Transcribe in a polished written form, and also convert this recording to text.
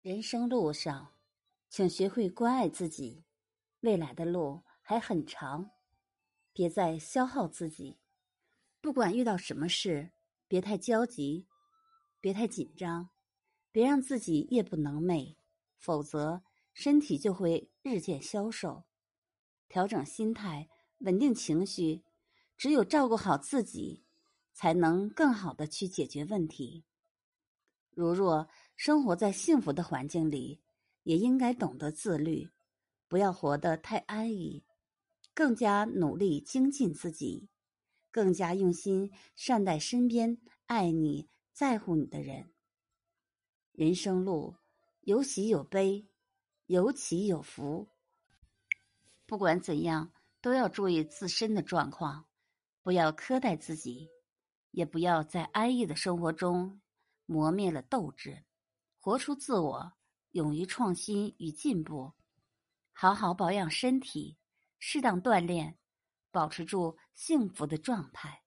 人生路上，请学会关爱自己，未来的路还很长，别再消耗自己。不管遇到什么事，别太焦急，别太紧张，别让自己夜不能寐，否则身体就会日渐消瘦。调整心态，稳定情绪，只有照顾好自己，才能更好地去解决问题。如若生活在幸福的环境里，也应该懂得自律，不要活得太安逸，更加努力精进自己，更加用心善待身边爱你在乎你的人。人生路有喜有悲，有起有伏，不管怎样都要注意自身的状况，不要苛待自己，也不要在安逸的生活中磨灭了斗志，活出自我，勇于创新与进步，好好保养身体，适当锻炼，保持住幸福的状态。